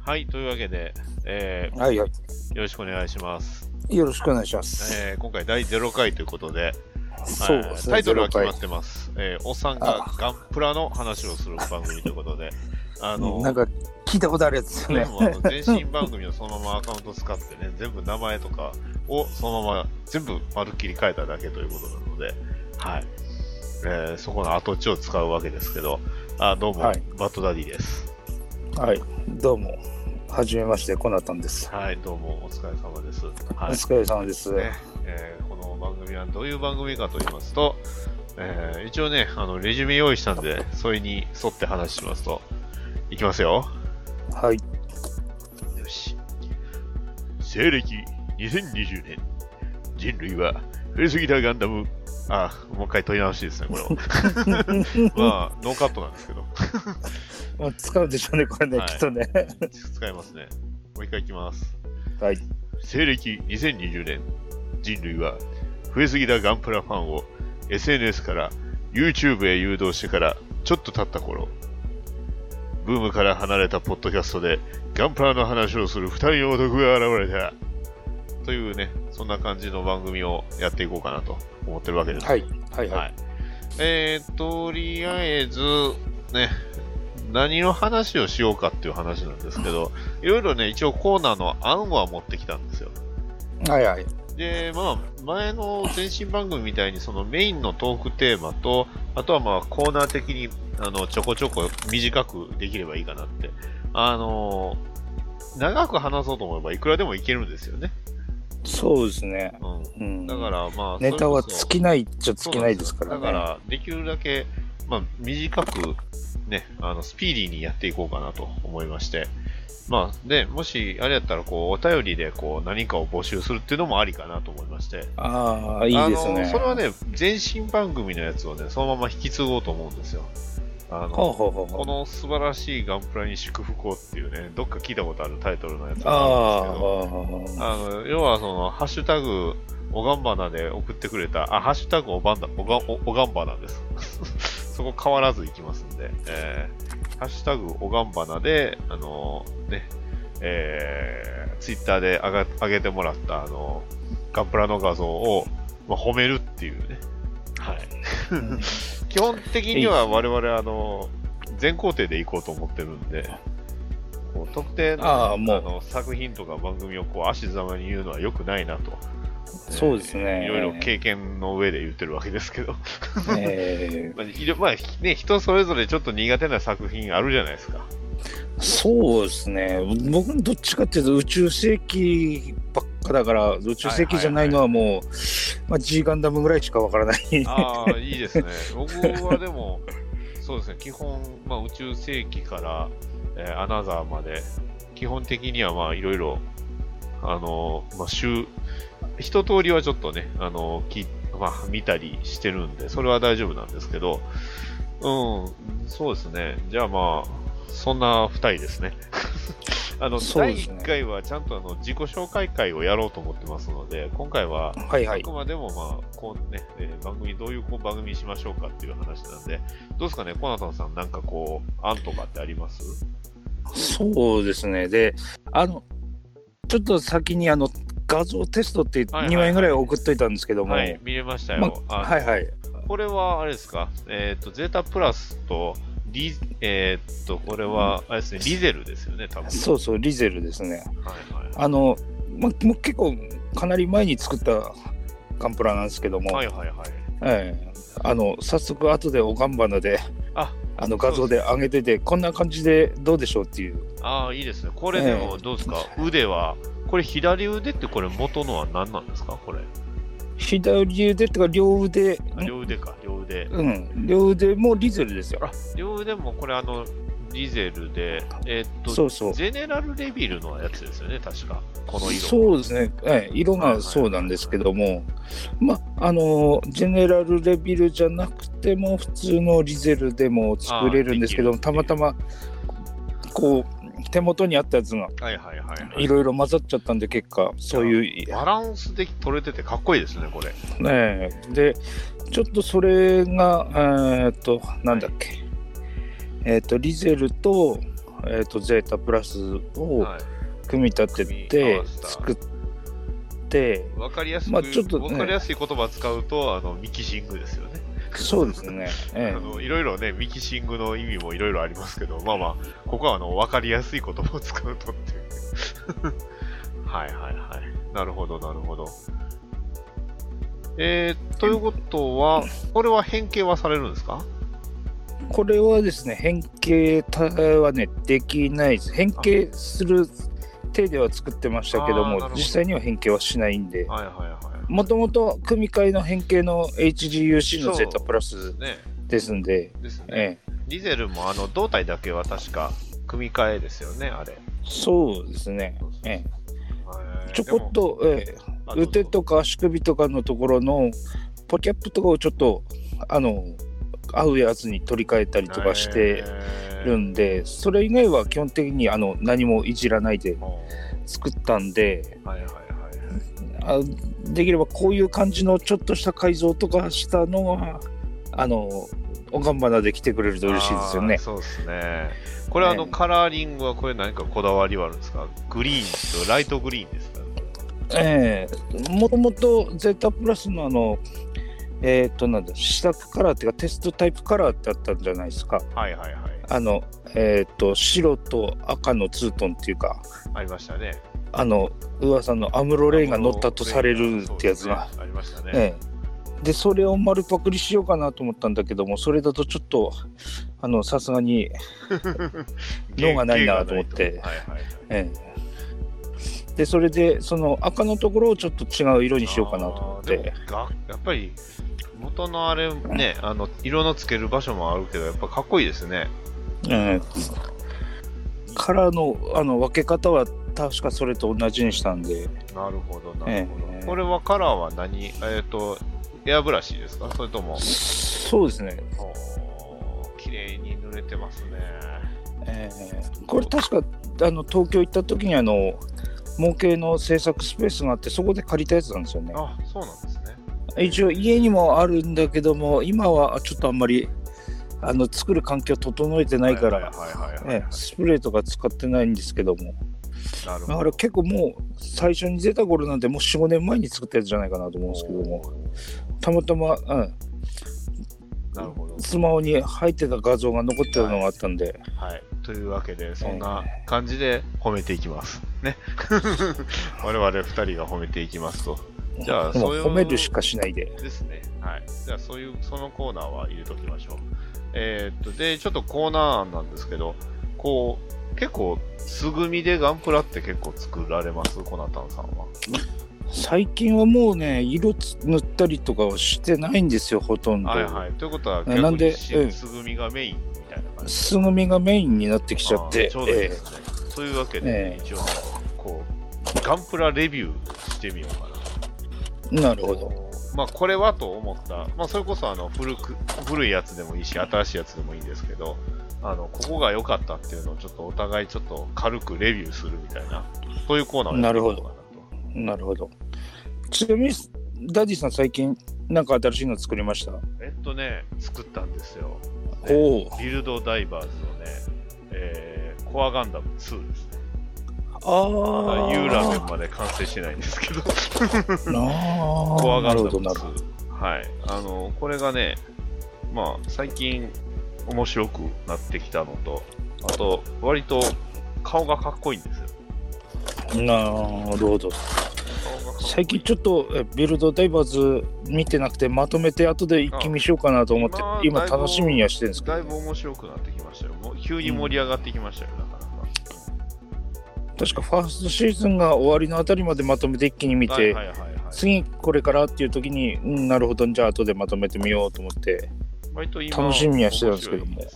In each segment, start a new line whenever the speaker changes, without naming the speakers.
はい、というわけで、
はいはい。
よろしくお願いします。
よろしくお願いします。
今回第0回ということで、
そうですね。
タイトルは決まってます。おっさんがガンプラの話をする番組ということで、
なんか聞いたことあるやつですね。
前身番組をそのままアカウント使ってね、全部名前とかをそのまま全部丸っきり変えただけということなので、はい。そこの跡地を使うわけですけど、どうも、はい、バッドダディです。
はい、どうも。はじめまして、コナタンです。
はい、どうもお疲れ様です。はい、お
疲れ様です。
ねこの番組はどういう番組かと言いますと、一応ね、レジュメ用意したんで、それに沿って話しますと、いきますよ。
はい。
よし。西暦2020年、人類は増えすぎたガンダム、もう一回問い直しですね、これを。まあ、ノーカットなんですけど。
使うでしょうね、これね、はい、きっとね。
使いますね。もう一回いきます。
はい。
西暦2020年、人類は増えすぎたガンプラファンを SNS から YouTube へ誘導してからちょっと経った頃、ブームから離れたポッドキャストでガンプラの話をする2人の男が現れたというね、そんな感じの番組をやっていこうかなと思ってるわけです。
はい。はいはい。
とりあえずね、何の話をしようかっていう話なんですけど、いろいろね、一応コーナーの案は持ってきたんですよ。
はいはい。
で、まあ、前の前身番組みたいにそのメインのトークテーマと、あとはまあコーナー的にちょこちょこ短くできればいいかなって。長く話そうと思えばいくらでもいけるんですよね。
そうですね。
うん。だからまあ、
ネタは尽きないっちゃ尽きないですからね。
だから、できるだけ、まあ、短くね、スピーディーにやっていこうかなと思いまして。まあ、で、もし、あれやったら、こう、お便りで、こう、何かを募集するっていうのもありかなと思いまして。
いいですね。
それはね、前身番組のやつをね、そのまま引き継ごうと思うんですよ。この素晴らしいガンプラに祝福をっていうね、どっか聞いたことあるタイトルのやつがあるんですけど、要はその、ハッシュタグ、おがんばなで送ってくれた、ハッシュタグおがんばなです。そこ変わらずいきますんで、ハッシュタグおがんばなで、ツイッターで上げてもらったガンプラの画像を、褒めるっていうね。はい。基本的には我々全工程でいこうと思ってるんで、こう特定の作品とか番組をこう足ざまに言うのは良くないなと。
そうですね。
いろいろ経験の上で言ってるわけですけど。まあね、人それぞれちょっと苦手な作品あるじゃないですか。
そうですね。僕どっちかっていうと宇宙世紀ばっかだから、宇宙世紀じゃないのはもう、G ガンダムぐらいしかわからない。
いいですね。僕はでも、そうですね、基本、宇宙世紀から、アナザーまで、基本的にはいろいろ、一通りはちょっとね、見たりしてるんで、それは大丈夫なんですけど、そうですね。じゃあそんな二人ですね。第1回はちゃんと自己紹介会をやろうと思ってますので、今回は、あくまでも番組、どういう番組にしましょうかっていう話なんで、どうですかね、コナタンさん、なんかこう、案とかってあります？
そうですね。で、ちょっと先に画像テストって2枚ぐらい送っといたんですけども。
はい、見れましたよ。
はいはい。
これは、あれですか、ゼータプラスと、これは、あれですね、リゼルですよね、多分。
そうそう、リゼルですね。もう結構、かなり前に作ったガンプラなんですけども。早速、後でおがんばなで、画像で上げてて、こんな感じでどうでしょうっていう。
いいですね。これでも、どうですか、腕は、これ左腕ってこれ元のは何なんですか、これ。
左腕ってか両腕。
両腕か、両腕。
両腕もリゼルですよ。
両腕もこれリゼルで、
そうそう。
ゼネラルレビルのやつですよね、確か。この色。
そうですね。色がそうなんですけども、ゼネラルレビルじゃなくても普通のリゼルでも作れるんですけど、たまたまこう手元にあったやつがいろいろ混ざっちゃったんで、結果そういう
バランスで取れててかっこいいですね、これ。
でちょっとそれがなんだっけ、リゼルとゼータプラスを組み立てて作って、
わかりやすく、
ちょっとね、
わかりやすい言葉を使うとミキシングですよね。
そうですね。
いろいろね、ミキシングの意味もいろいろありますけど、ここはわかりやすい言葉を使うとっていう。はいはいはい。なるほど、なるほど。ということは、これは変形はされるんですか？
これはですね、変形はね、できないです。変形する手では作ってましたけども、実際には変形はしないんで。
はいはいはい。
もともと組み替えの変形の HGUC のゼータプラスですんで。
ですね。ディゼルも胴体だけは確か組み替えですよね、あれ。
そうですね。ちょこっと、腕とか足首とかのところのポキャップとかをちょっと合うやつに取り替えたりとかしてるんで、それ以外は基本的に何もいじらないで作ったんで、できればこういう感じのちょっとした改造とかしたのはおがんばなで来てくれると嬉しいですよね。
そうですね。これカラーリングはこれ何かこだわりはあるんですか？グリーンとライトグリーンですか？
もともとゼータプラスのなんだ試作カラーっていうかテストタイプカラーってあったんじゃないですか。
はいはいはい。
白と赤のツートンっていうか
ありましたね。
噂のアムロレイが乗ったとされるってやつが、
ありましたね。
でそれを丸パクリしようかなと思ったんだけども、それだとちょっとさすがに脳がないなと思って、でそれでその赤のところをちょっと違う色にしようかなと思って。
やっぱり元のあれね、色のつける場所もあるけどやっぱかっこいいですね。
カラーの分け方は確かそれと同じにしたんで。
なるほどなるほど。これはカラーは何？エアブラシですか？それとも？
そうですね。
綺麗に塗れてますね。
これ確か東京行った時に模型の制作スペースがあってそこで借りたやつなんですよね。
あ、そうなんです
ね。一応家にもあるんだけども今はちょっとあんまり作る環境整えてないからスプレーとか使ってないんですけども。だから結構もう最初に出た頃なんてもう 4,5 年前に作ったやつじゃないかなと思うんですけども、たまたま、スマホに入ってた画像が残ってるのがあったんで、
というわけでそんな感じで褒めていきますね。我々2人が褒めていきますと、じゃあそういう
褒めるしかしないで
ですね。じゃあそのコーナーは入れときましょう。でちょっとコーナー案なんですけど、結構素組みでガンプラって結構作られます？コナタンさんは。
最近はもうね色塗ったりとかはしてないんですよ、ほとんど。
ということは逆に素組みがメインみたいな感じ。
素組みがメインになってきちゃって。
ちょうどいいですね。そういうわけで、一応ガンプラレビューしてみようか
な。なるほど。
これはと思った、それこそ古いやつでもいいし新しいやつでもいいんですけど、ここが良かったっていうのをちょっとお互いちょっと軽くレビューするみたいな、そういうコーナーをやっていこうかなと。
なるほど。ちなみにダディさん最近なんか新しいの作りました？
作ったんですよ。ビルドダイバーズのね、コアガンダム2ですね。ユーラベンまで完成してないんですけどコアガンダム2。これがね、最近面白くなってきたのと、あと割と顔がかっこいいんですよ。
なるほど。最近ちょっとビルドダイバーズ見てなくて、まとめて後で一気見しようかなと思って今楽しみにはしてるんですけど、
だいぶ面白くなってきましたよ。もう急に盛り上がってきましたよ、なかなか。
確かファーストシーズンが終わりのあたりまでまとめて一気に見て、次これからっていう時に、なるほど、じゃあ後でまとめてみようと思って楽しみにはしてたんですけども、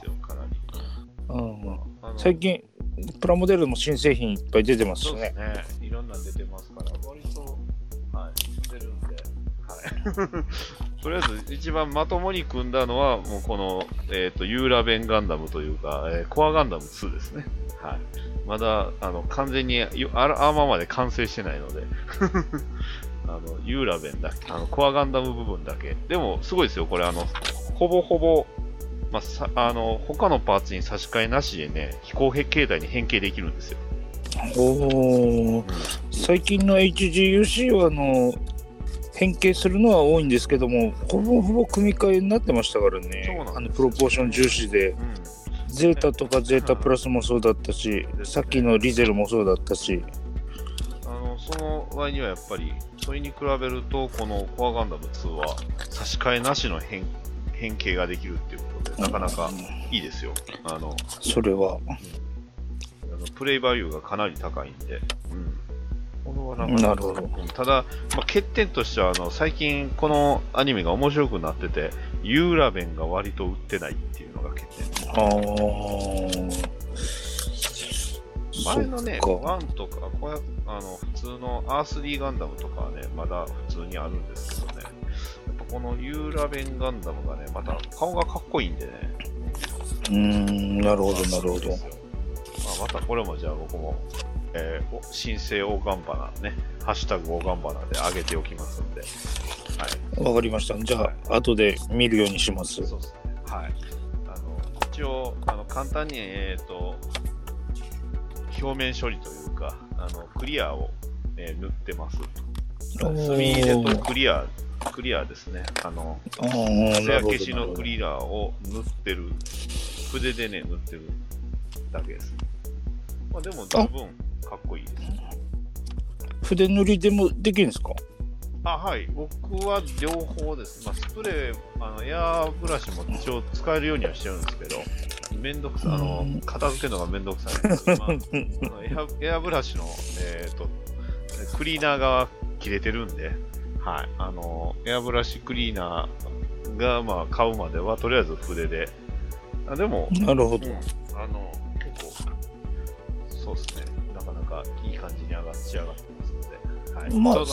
最近プラモデルも新製品いっぱい出てますしね。
いろんな出てますから割と出るんで、とりあえず一番まともに組んだのはもうこのユーラベンガンダムというか、コアガンダム2ですね。まだ完全にアーマーまで完成してないのでユーラベンだけコアガンダム部分だけでもすごいですよ。これほぼほぼまあ、他のパーツに差し替えなしでね、飛行形態に変形できるんですよ。
おー、最近の HGUC は変形するのは多いんですけども、ほぼほぼ組み替えになってましたからね。プロポーション重視で、ゼータとかゼータプラスもそうだったし、さっきのリゼルもそうだったし、
その場合にはやっぱりそれに比べるとこのコアガンダム2は差し替えなしの変形ができるっていうことでなかなかいいですよ。
それは
プレイバリューがかなり高いんで、これは
なるほど。
ただ、欠点としては最近このアニメが面白くなっててユーラベンが割と売ってないっていうのが欠点です。前のね、1とか普通のアースリーガンダムとかはね、まだ普通にあるんですけどね、やっぱこのユーラベンガンダムがね、また顔がかっこいいんでね。
なるほど、なるほど。
またこれもじゃあ僕も、新生大ガンバナね、ハッシュタグ大ガンバナで上げておきますんで。はい。
わかりました。じゃあ、後で見るようにします。
そうですね。はい。一応、簡単に、表面処理というか、クリアを、塗ってます。3D とクリアですね。艶消しのクリアを塗ってる。筆でね、塗ってるだけです。でも十分かっこいいです。
筆塗りでもできるんですか？
はい。僕は両方です。スプレー、エアブラシも一応使えるようにはしてるんですけど、めんどくさい、片付けるのがめんどくさいんですけど、エアブラシの、クリーナーが切れてるんで、はい。エアブラシクリーナーが、買うまでは、とりあえず筆で。でも、
なるほど。
結構、そうですね。なかなかいい感じに仕上がってますので。はい、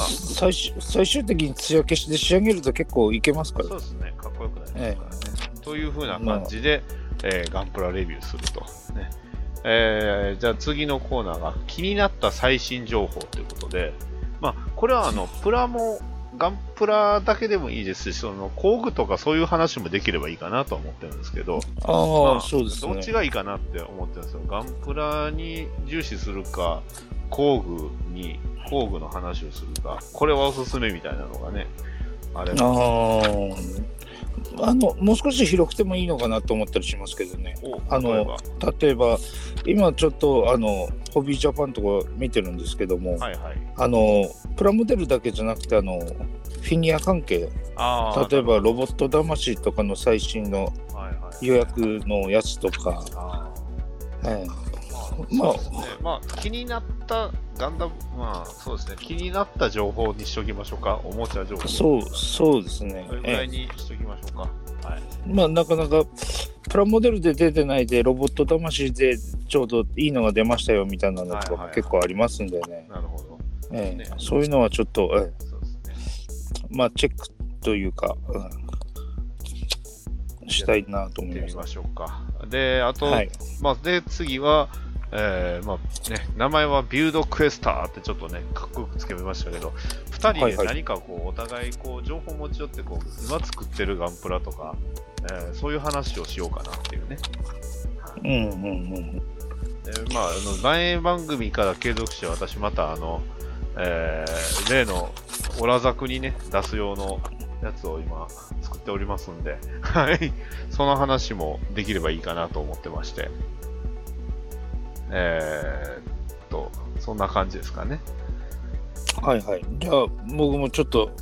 最終的に艶消しで仕上げると結構いけますから。
そうですね。かっこよくなりますからね。という風な感じで、ガンプラレビューすると。ね。じゃあ次のコーナーが気になった最新情報ということで、これはプラも、ガンプラだけでもいいですし、工具とかそういう話もできればいいかなと思ってるんですけど、
そうですね。
どっちがいいかなって思ってるんですよ。ガンプラに重視するか、工具の話をするか、これはおすすめみたいなのがね、あれ
もう少し広くてもいいのかなと思ったりしますけどね。例えば今ちょっとホビージャパンとか見てるんですけども、プラモデルだけじゃなくてフィギュア関係、例えばロボット魂とかの最新の予約のやつとか、
気になったガンダム、そうですね、気になった情報にしときましょうか、おもちゃ情報。
そうですね。
これぐらいにしときましょうか。
なかなかプラモデルで出てないで、ロボット魂でちょうどいいのが出ましたよみたいなのとか結構ありますんでね。
なるほど。
そういうのはちょっと、チェックというか、したいなと思います。
見てみましょうか。で、あと、で、次は、名前はビルドクエスターってちょっとね、かっこよくつけましたけど、2人で何かお互い情報を持ち寄って今作ってるガンプラとか、そういう話をしようかなっていうね。前番組から継続して私また例のオラザクにね、出す用のやつを今作っておりますんで、その話もできればいいかなと思ってまして。そんな感じですかね。
じゃあ僕もちょっと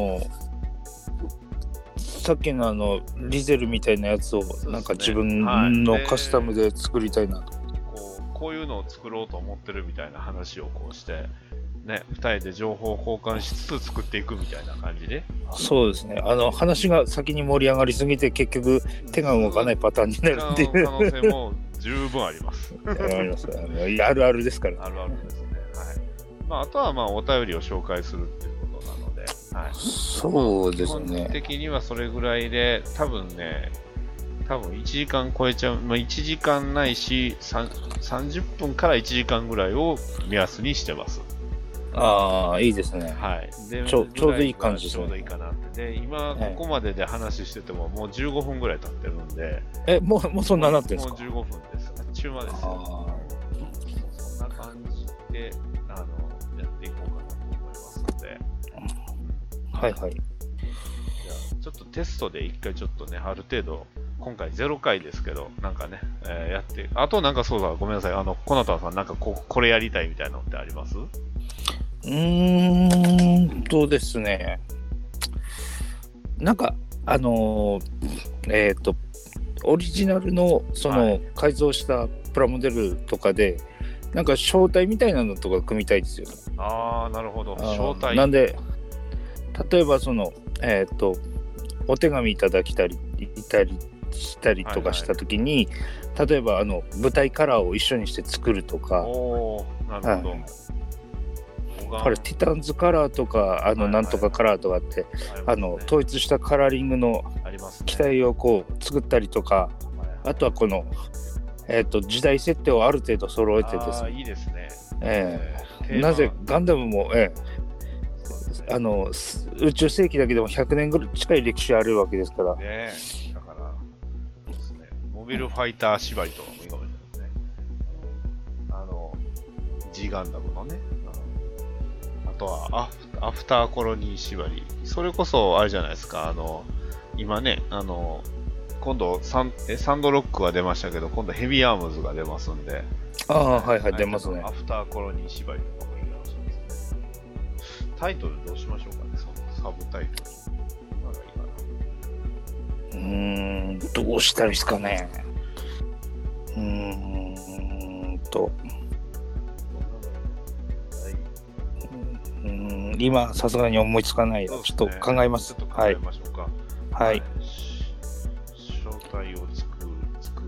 さっきのリゼルみたいなやつをなんか自分のカスタムで作りたいなと。
こういうのを作ろうと思ってるみたいな話をしてね、2人で情報を交換しつつ作っていくみたいな感じで。
そうですね。話が先に盛り上がりすぎて結局手が動かないパターンになるっていう
可能性も十分あります。
あるあるですから。
あるあるですね。あとはお便りを紹介するっていうことなので、
そうですね。
基本的にはそれぐらいで、多分1時間超えちゃう、1時間ないし、30分から1時間ぐらいを目安にしてます。
ああ、いいですね。
はい。で、
ちょうどいい感じですね。
ちょうどいいかなって。で、今、ここまでで話してても、もう15分ぐらい経ってるんで。
もうそんななってるんですか？
もう15分です。中間ですよ。そんな感じで、やっていこうかなと思いますので。
はいはい。
じゃあ、ちょっとテストで一回ちょっとね、ある程度、今回0回ですけど、なんかね、やって、あとなんかそうだ、ごめんなさい、コナタさんなんかこれやりたいみたいなのってあります？
ですね。なんか、オリジナルの、改造したプラモデルとかで、なんか招待みたいなのとか組みたいですよね。
ああ、なるほど。招待。
なんで、例えばお手紙いただきたりしたりとかしたときに、例えば舞台カラーを一緒にして作るとか。
おー、なるほど。
これティタンズカラーとかなんとかカラーとかって、統一したカラーリングの機体をこう作ったりとか、あとはこの、時代設定をある程度揃えてですね。
いいです
ね。なぜガンダムも、宇宙世紀だけでも100年ぐらい近い歴史あるわけですから。
ね、だからですね、モビルファイター縛りとかもいいかもしれないですね。G ガンダムのね。あとはアフターコロニー縛り。それこそあれじゃないですか。今ね、今度サンドロックは出ましたけど、今度ヘビーアームズが出ますんで。
はいはい、出ますね。
アフターコロニー縛りとかもいいかもしれないですね。タイトルどうしましょうかね、サブタイトル。なんかいいかな。
どうしたらいいですかね。今さすがに思いつかない。ちょっと考えます。
ちょっと考えましょうか。
はい。
正体を作る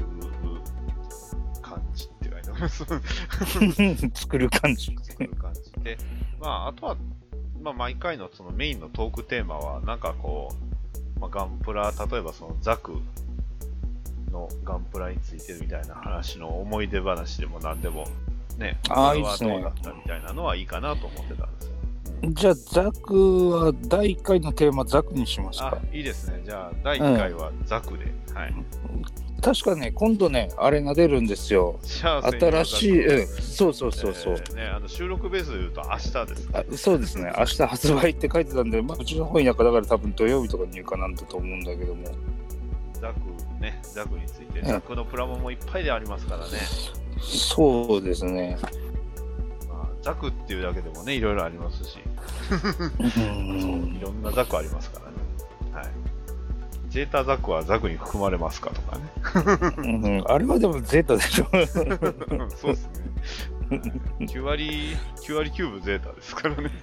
感じって書いてます。
作る感じ。
で、あとは、毎回のそのメインのトークテーマは、なんかこう、ガンプラ、例えばそのザクのガンプラについてるみたいな話の思い出話でも何でも、ね、これはどうだったみたいなのはいいかなと思ってたんですよ。
じゃあザクは第1回のテーマザクにしますか？
いいですね。じゃあ第1回はザクで、はい。
確かね、今度ね、あれが出るんですよ。新しい、そう。
収録ベースで言うと明日ですね。
そうですね、明日発売って書いてたんで、うちの本田舎だから多分土曜日とかに言うかなんだと思うんだけども。
ザクについて、ザクのプラモもいっぱいでありますからね。
そうですね。
ザクっていうだけでもね、いろいろありますし。いろんなザクありますからね。はい。ゼータザクはザクに含まれますかとか
ね。あれはでもゼータでしょ。
そうですね。9割キューブゼータですからね。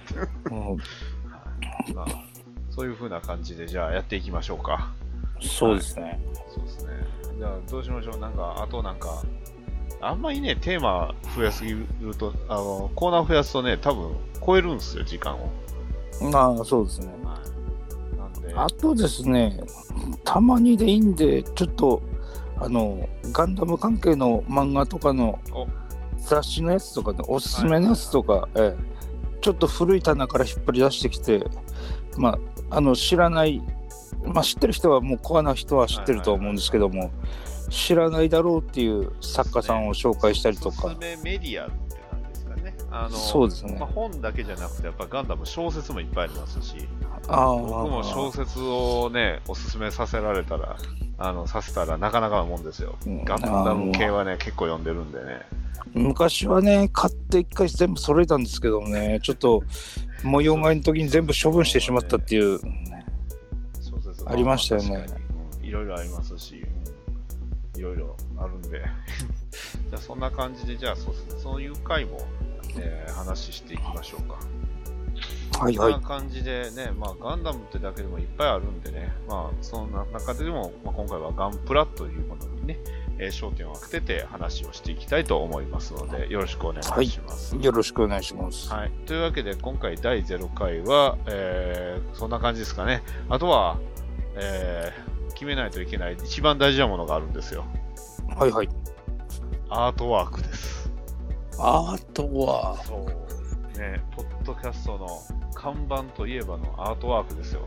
そういう風な感じで、じゃあやっていきましょうか。
そうですね。
じゃあどうしましょう。あとあんまりね、テーマ増やすぎると、コーナー増やすとね、多分超えるんですよ、時間を。
そうですね。なんで。あとですね、たまにでいいんで、ちょっと、ガンダム関係の漫画とかの雑誌のやつとかね、おすすめのやつとか、ちょっと古い棚から引っ張り出してきて、知らない、知ってる人はもうコアな人は知ってると思うんですけども、知らないだろうっていう作家さんを紹介したりとか。
おすすめメディアって感じですかね。
そうですね。
本だけじゃなくて、やっぱガンダム小説もいっぱいありますし、僕も小説をね、おすすめさせられたら、させたらなかなかのもんですよ。ガンダム系はね、結構読んでるんでね。
昔はね、買って一回全部揃えたんですけどもね、ちょっと模様替えの時に全部処分してしまったっていう、ありましたよね。
いろいろありますし。いろいろあるんでじゃあそんな感じで、じゃあそういう回も、話していきましょうか。
はいはい。
そんな感じでね、ガンダムってだけでもいっぱいあるんでね、そんな中でも、今回はガンプラというものにね、焦点を当てて話をしていきたいと思いますので、よろしくお願いします。
よろしくお願いします。
はい。というわけで、今回第0回は、そんな感じですかね。あとは、決めないといけない一番大事なものがあるんですよ。
はいはい。
アートワークです。
アートワーク。
そうね、とっッドキャストの看板といえばのアートワークですよ。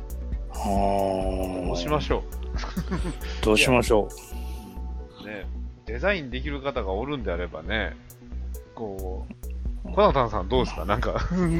どうしましょう
どうしましょ
う。ね、デザインできる方がおるんであればね、こう、コナタンさんどうですか、なんか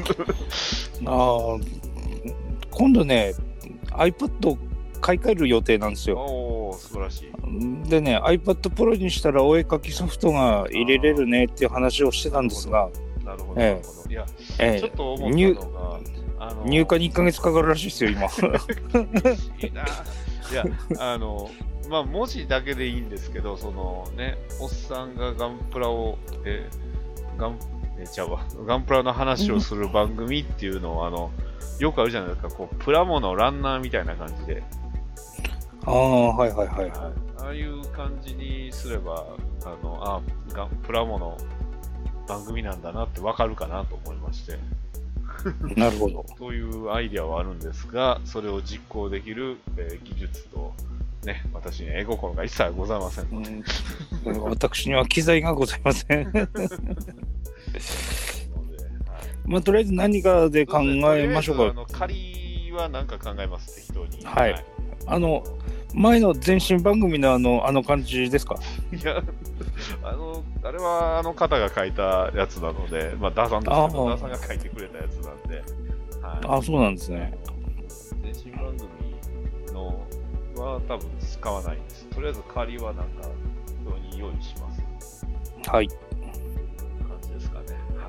今度ね、iPad 買い替える予定なんですよ。
おー、素晴らしい。
でね、iPad Pro にしたらお絵描きソフトが入れれるねっていう話をしてたんですが、
なるほど、なるほど。いや、ちょっと思ったのが、
入荷に1ヶ月かかるらしいですよ、今。
いいな。いや、まあ、文字だけでいいんですけど、そのね、おっさんがガンプラを、ガンプラの話をする番組っていうのを、よくあるじゃないですか、こう、プラモのランナーみたいな感じで。
はいはいはいはい。
ああいう感じにすれば、プラモの番組なんだなってわかるかなと思いまして。
なるほど。
というアイデアはあるんですが、それを実行できる、技術と、ね、私に絵心が一切ございません。
私には機材がございません。まあ、とりあえず何かで考えましょうか。
仮は何か考えます、適当に。
はい。前の前身番組のあの感じですか？
いや、あれはあの方が書いたやつなので、まあ、ダーさんですけど、ダーさんが書いてくれたやつなんで。
はい、そうなんですね。
前身番組のは多分使わないんです。とりあえず仮はなんか、非常に用意します。
はい。
感じですかね。はい。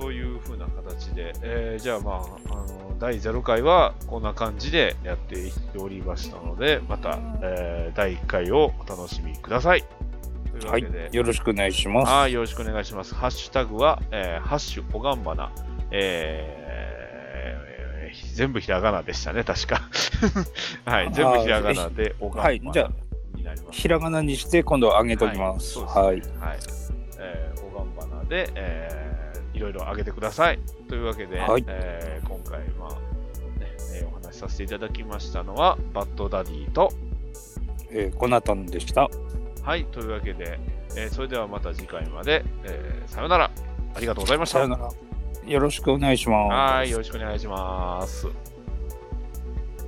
という風な形で、じゃあまあ、第0回はこんな感じでやっていっておりましたので、また、第1回をお楽しみください。というわけで、
はい、よろしくお願いします。
はい、よろしくお願いします。ハッシュタグは、ハッシュおがんばな、全部ひらがなでしたね、確か。はい、全部ひらがなでおがんばな。はい、
じゃあ、ひらがなにして今度上げときます。はい。
はい。おがんばなで、いろいろ上げてください。というわけで、
はい、
今回、まあね、お話しさせていただきましたのは、バッドダディと、
コナタンでした。
はい、というわけで、それではまた次回まで、さよなら。ありがとうございました。
さよなら。よろしくお願いします。
はい、よろしくお願いします。